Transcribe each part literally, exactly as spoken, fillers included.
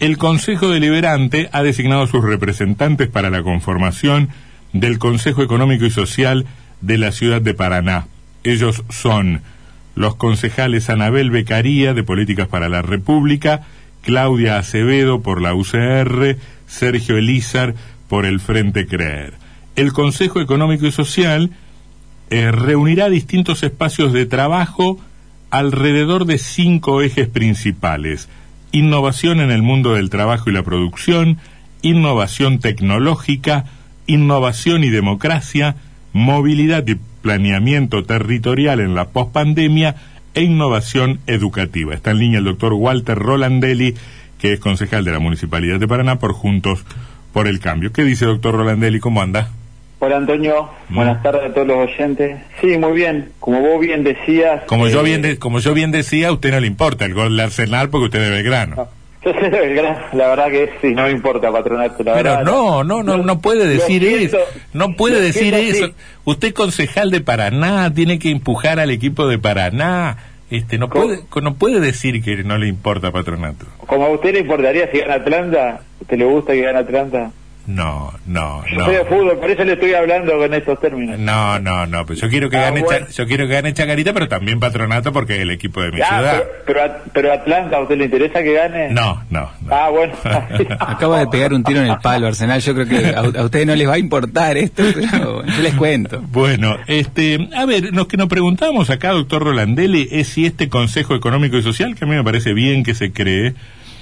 el Consejo Deliberante ha designado sus representantes para la conformación del Consejo Económico y Social de la ciudad de Paraná. Ellos son los concejales Anabel Beccaría, de Políticas para la República, Claudia Acevedo, por la U C R, Sergio Elízar, por el Frente Creer. El Consejo Económico y Social eh, reunirá distintos espacios de trabajo alrededor de cinco ejes principales: innovación en el mundo del trabajo y la producción, innovación tecnológica, innovación y democracia, movilidad y planeamiento territorial en la pospandemia e innovación educativa. Está en línea el doctor Walter Rolandelli, que es concejal de la Municipalidad de Paraná por Juntos por el Cambio. ¿Qué dice, doctor Rolandelli? ¿Cómo anda? Hola, Antonio. ¿Mm? Buenas tardes a todos los oyentes. Sí, muy bien. Como vos bien decías... Como, eh... yo, bien de, como yo bien decía, a usted no le importa el gol del Arsenal porque usted es de Belgrano. No. Yo soy de Belgrano, la verdad que sí, no me importa, patronato, la Pero verdad. no, no, no, no puede decir siento, eso, no puede decir eso. Así. Usted concejal de Paraná, tiene que empujar al equipo de Paraná, este, no puede, no puede decir que no le importa, patronato. Como a usted le importaría si gana Atlanta, ¿a usted le gusta que gane Atlanta? No, no, yo no. soy de fútbol, por eso le estoy hablando con estos términos. No, no, no, pues yo quiero que ah, gane bueno. Cha, yo quiero que gane Chacarita, pero también patronato porque es el equipo de mi ya, ciudad. Pero, pero, pero Atlanta, ¿a usted le interesa que gane? No, no, no. Ah, bueno. Acaba de pegar un tiro en el palo, Arsenal. Yo creo que a, a ustedes no les va a importar esto, pero yo les cuento. Bueno, este, a ver, lo que nos preguntamos acá, doctor Rolandelli, es si este Consejo Económico y Social, que a mí me parece bien que se cree,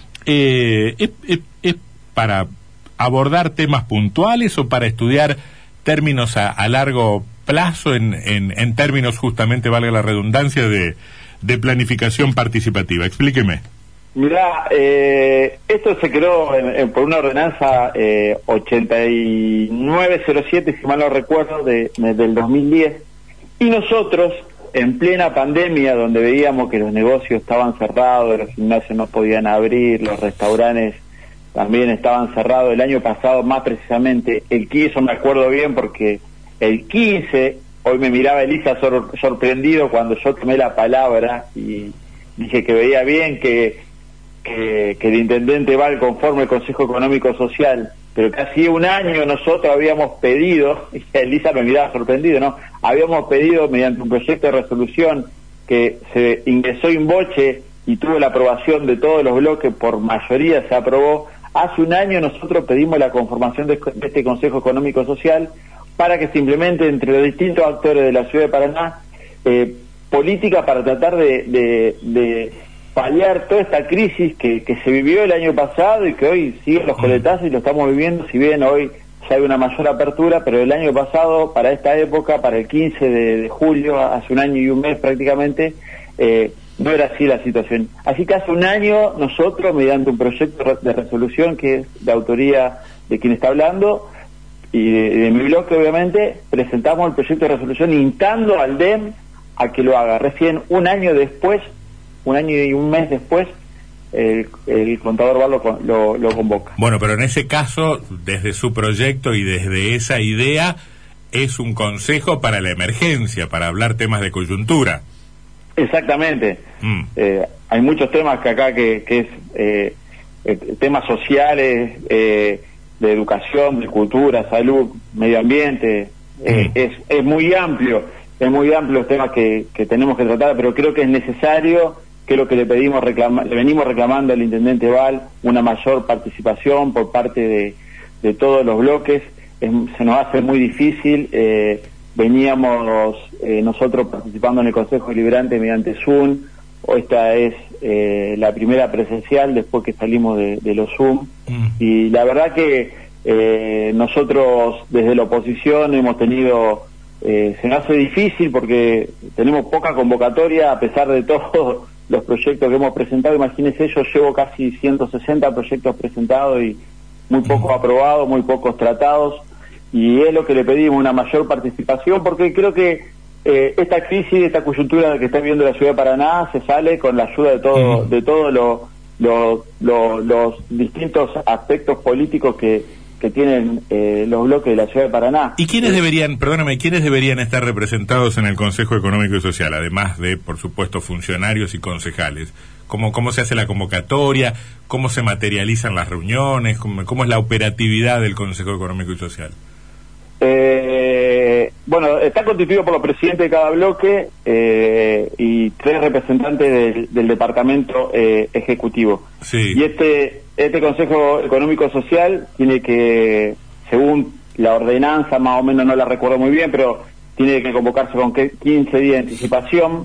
eh, es, es, es para abordar temas puntuales o para estudiar términos a, a largo plazo en, en, en términos, justamente, valga la redundancia, de, de planificación participativa. Explíqueme. Mirá, eh, esto se creó en, en, por una ordenanza eh, ochenta y nueve cero siete, si mal no recuerdo, de, de, del dos mil diez, y nosotros, en plena pandemia, donde veíamos que los negocios estaban cerrados, los gimnasios no podían abrir, los restaurantes también estaban cerrados el año pasado, más precisamente el quince, me acuerdo bien porque el quince, hoy me miraba Elisa sor, sorprendido cuando yo tomé la palabra y dije que veía bien que, que, que el intendente Val conforme el Consejo Económico Social, pero casi un año nosotros habíamos pedido, y Elisa me miraba sorprendido, ¿no? Habíamos pedido mediante un proyecto de resolución que se ingresó in voce y tuvo la aprobación de todos los bloques, por mayoría se aprobó. Hace un año nosotros pedimos la conformación de este Consejo Económico Social para que se implemente entre los distintos actores de la ciudad de Paraná eh, políticas para tratar de, de, de paliar toda esta crisis que, que se vivió el año pasado y que hoy siguen los coletazos y lo estamos viviendo, si bien hoy ya hay una mayor apertura, pero el año pasado, para esta época, para el quince de, de julio, hace un año y un mes prácticamente, eh, no era así la situación. Así que hace un año nosotros, mediante un proyecto de resolución que es de autoría de quien está hablando y de, de mi bloque, obviamente, presentamos el proyecto de resolución instando al D E M a que lo haga. Recién un año después, un año y un mes después, el, el contador Val lo, lo, lo convoca. Bueno, pero en ese caso, desde su proyecto y desde esa idea, es un consejo para la emergencia, para hablar temas de coyuntura. Exactamente. Mm. Eh, hay muchos temas que acá que, que es eh, eh, temas sociales, eh, de educación, de cultura, salud, medio ambiente. Eh, mm. es, es muy amplio, es muy amplio los temas que, que tenemos que tratar, pero creo que es necesario, que es lo que le pedimos, reclama, le venimos reclamando al intendente Val, una mayor participación por parte de, de todos los bloques. Es, se nos hace muy difícil. Eh, Veníamos eh, nosotros participando en el Consejo Deliberante mediante Zoom. Esta es eh, la primera presencial después que salimos de, de los Zoom. Mm. Y la verdad que eh, nosotros desde la oposición hemos tenido, eh, se nos hace difícil porque tenemos poca convocatoria a pesar de todos los proyectos que hemos presentado. Imagínense, yo llevo casi ciento sesenta proyectos presentados y muy pocos mm. aprobados, muy pocos tratados. Y es lo que le pedimos, una mayor participación, porque creo que eh, esta crisis, esta coyuntura que está viviendo la ciudad de Paraná, se sale con la ayuda de todo, de todos lo, lo, lo, los distintos aspectos políticos que, que tienen eh, los bloques de la ciudad de Paraná. ¿Y quiénes deberían, perdóname, quiénes deberían estar representados en el Consejo Económico y Social, además de, por supuesto, funcionarios y concejales? cómo, cómo se hace la convocatoria, cómo se materializan las reuniones, cómo, cómo es la operatividad del Consejo Económico y Social. Eh, bueno, está constituido por los presidentes de cada bloque eh, y tres representantes del, del departamento eh, ejecutivo. Sí. Y este este Consejo Económico Social tiene que, según la ordenanza, más o menos no la recuerdo muy bien, pero tiene que convocarse con quince días de anticipación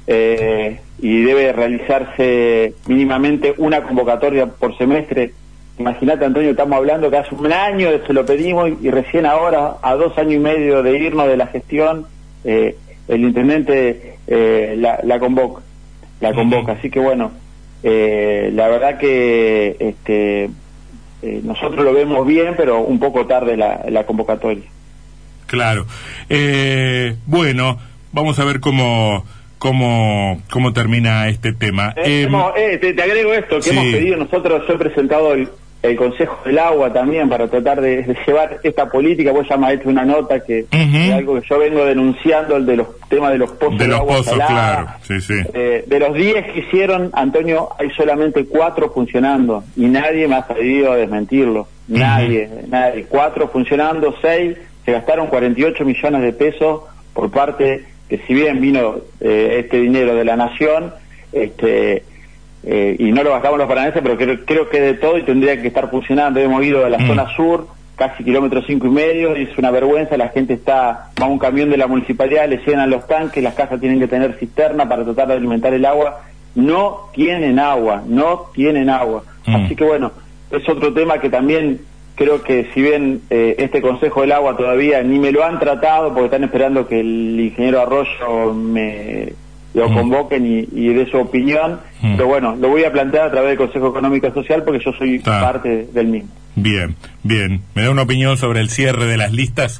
eh, y debe realizarse mínimamente una convocatoria por semestre. Imagínate, Antonio, estamos hablando que hace un año se lo pedimos y recién ahora, a dos años y medio de irnos de la gestión, eh, el intendente eh, la, la convoca, la convoca. Así que bueno, eh, la verdad que este, eh, nosotros lo vemos bien, pero un poco tarde la, la convocatoria. Claro. Eh, bueno, vamos a ver cómo cómo cómo termina este tema. Eh, eh, hemos, eh, te, te agrego esto, que sí. hemos pedido nosotros, yo he presentado el, el Consejo del Agua también para tratar de, de llevar esta política. Vos ya me has hecho una nota que uh-huh. es algo que yo vengo denunciando, el de los temas de los pozos de, de los agua pozos, salada. claro, sí, sí. Eh, de los diez que hicieron, Antonio, hay solamente cuatro funcionando y nadie me ha pedido desmentirlo, nadie, uh-huh. nadie. Cuatro funcionando, seis, se gastaron cuarenta y ocho millones de pesos por parte, que si bien vino eh, este dinero de la nación, este eh, y no lo gastamos los paranaenses, pero creo, creo que de todo y tendría que estar funcionando. Hemos ido de la mm. zona sur, casi kilómetro cinco y medio, y es una vergüenza. La gente está, va a un camión de la municipalidad, le llenan los tanques, las casas tienen que tener cisterna para tratar de alimentar el agua. No tienen agua, no tienen agua. Mm. Así que bueno, es otro tema que también creo que si bien eh, este Consejo del Agua todavía ni me lo han tratado, porque están esperando que el ingeniero Arroyo me lo convoquen y, y dé su opinión, mm. pero bueno, lo voy a plantear a través del Consejo Económico y Social porque yo soy ah. parte del mismo. Bien, bien. ¿Me da una opinión sobre el cierre de las listas?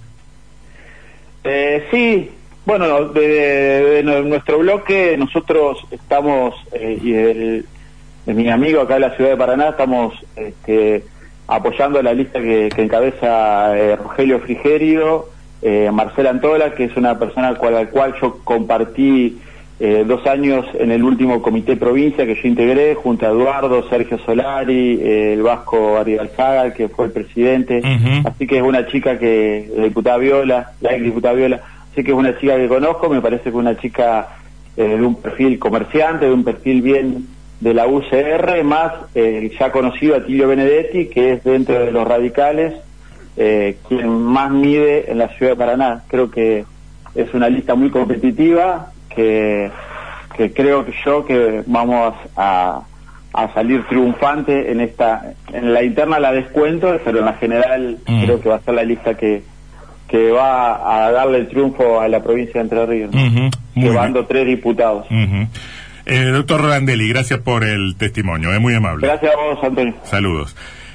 Eh, sí, bueno, de, de, de nuestro bloque nosotros estamos, eh, y el, de mi amigo acá de la ciudad de Paraná, estamos este, apoyando la lista que, que encabeza eh, Rogelio Frigerio, eh, Marcela Antola, que es una persona con la cual yo compartí Eh, dos años en el último comité provincia que yo integré junto a Eduardo, Sergio Solari, eh, el Vasco Arribalzaga, que fue el presidente. Uh-huh. Así que es una chica que, la diputada Viola, la ex diputada Viola, así que es una chica que conozco, me parece que es una chica eh, de un perfil comerciante, de un perfil bien de la U C R, más eh, ya conocido a Tilio Benedetti, que es dentro de los radicales, eh, quien más mide en la ciudad de Paraná. Creo que es una lista muy competitiva, Que, que creo que yo que vamos a, a salir triunfante en esta, en la interna la descuento, pero en la general mm. creo que va a ser la lista que que va a darle el triunfo a la provincia de Entre Ríos, ¿no? Uh-huh. Llevando tres diputados. Uh-huh. eh, doctor Rolandelli, gracias por el testimonio, es muy amable. Gracias a vos, Antonio. Saludos.